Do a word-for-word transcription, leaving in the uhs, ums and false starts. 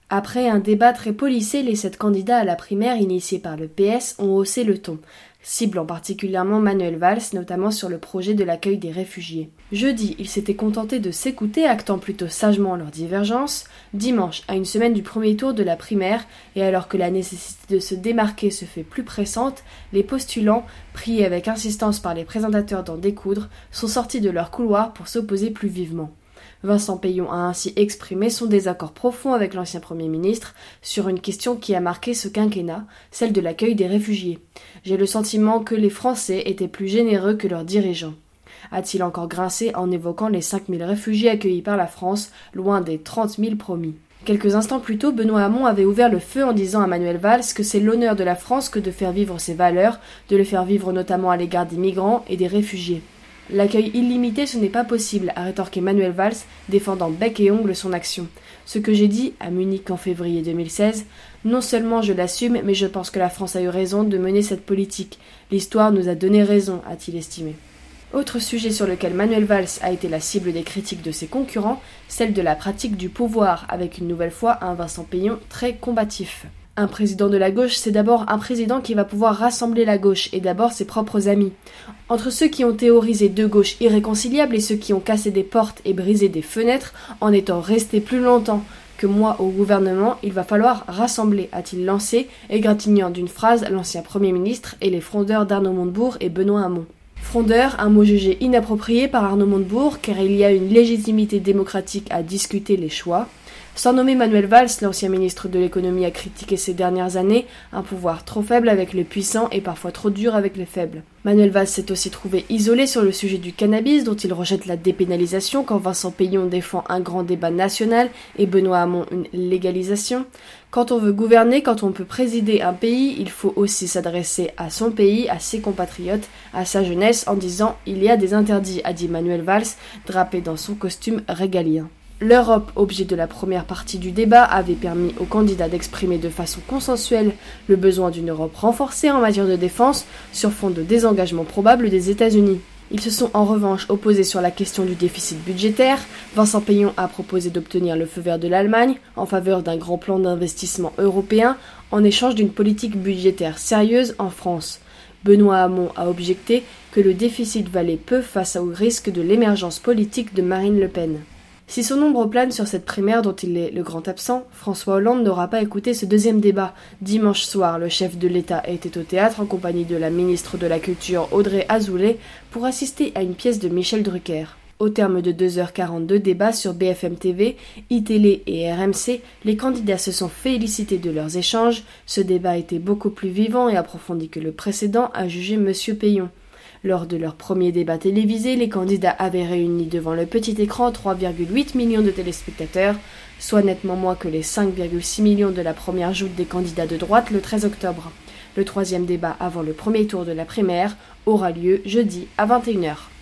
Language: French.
Après un débat très policé, les sept candidats à la primaire initiés par le P S ont haussé le ton, ciblant particulièrement Manuel Valls, notamment sur le projet de l'accueil des réfugiés. Jeudi, ils s'étaient contentés de s'écouter, actant plutôt sagement leurs divergences. Dimanche, à une semaine du premier tour de la primaire, et alors que la nécessité de se démarquer se fait plus pressante, les postulants, priés avec insistance par les présentateurs d'en découdre, sont sortis de leur couloir pour s'opposer plus vivement. Vincent Peillon a ainsi exprimé son désaccord profond avec l'ancien Premier ministre sur une question qui a marqué ce quinquennat, celle de l'accueil des réfugiés. « J'ai le sentiment que les Français étaient plus généreux que leurs dirigeants », a-t-il encore grincé en évoquant les cinq mille réfugiés accueillis par la France, loin des trente mille promis. Quelques instants plus tôt, Benoît Hamon avait ouvert le feu en disant à Manuel Valls que c'est l'honneur de la France que de faire vivre ses valeurs, de les faire vivre notamment à l'égard des migrants et des réfugiés. L'accueil illimité, ce n'est pas possible, a rétorqué Manuel Valls, défendant bec et ongle son action. Ce que j'ai dit, à Munich en février deux mille seize, non seulement je l'assume, mais je pense que la France a eu raison de mener cette politique. L'histoire nous a donné raison, a-t-il estimé. Autre sujet sur lequel Manuel Valls a été la cible des critiques de ses concurrents, celle de la pratique du pouvoir, avec une nouvelle fois un Vincent Peillon très combatif. Un président de la gauche, c'est d'abord un président qui va pouvoir rassembler la gauche, et d'abord ses propres amis. Entre ceux qui ont théorisé deux gauches irréconciliables et ceux qui ont cassé des portes et brisé des fenêtres en étant restés plus longtemps que moi au gouvernement, il va falloir rassembler, a-t-il lancé, égratignant d'une phrase l'ancien Premier ministre et les frondeurs d'Arnaud Montebourg et Benoît Hamon. Frondeur, un mot jugé inapproprié par Arnaud Montebourg car il y a une légitimité démocratique à discuter les choix. Sans nommer Manuel Valls, l'ancien ministre de l'économie a critiqué ces dernières années un pouvoir trop faible avec les puissants et parfois trop dur avec les faibles. Manuel Valls s'est aussi trouvé isolé sur le sujet du cannabis dont il rejette la dépénalisation quand Vincent Peillon défend un grand débat national et Benoît Hamon une légalisation. Quand on veut gouverner, quand on peut présider un pays, il faut aussi s'adresser à son pays, à ses compatriotes, à sa jeunesse en disant « il y a des interdits », a dit Manuel Valls, drapé dans son costume régalien. L'Europe, objet de la première partie du débat, avait permis aux candidats d'exprimer de façon consensuelle le besoin d'une Europe renforcée en matière de défense sur fond de désengagement probable des États-Unis. Ils se sont en revanche opposés sur la question du déficit budgétaire. Vincent Peillon a proposé d'obtenir le feu vert de l'Allemagne en faveur d'un grand plan d'investissement européen en échange d'une politique budgétaire sérieuse en France. Benoît Hamon a objecté que le déficit valait peu face au risque de l'émergence politique de Marine Le Pen. Si son ombre plane sur cette primaire dont il est le grand absent, François Hollande n'aura pas écouté ce deuxième débat. Dimanche soir, le chef de l'État était au théâtre en compagnie de la ministre de la Culture Audrey Azoulay pour assister à une pièce de Michel Drucker. Au terme de deux heures quarante-deux débats sur B F M T V, iTélé et R M C, les candidats se sont félicités de leurs échanges. Ce débat était beaucoup plus vivant et approfondi que le précédent, a jugé Monsieur Peillon. Lors de leur premier débat télévisé, les candidats avaient réuni devant le petit écran trois virgule huit millions de téléspectateurs, soit nettement moins que les cinq virgule six millions de la première joute des candidats de droite le treize octobre. Le troisième débat avant le premier tour de la primaire aura lieu jeudi à vingt et une heures.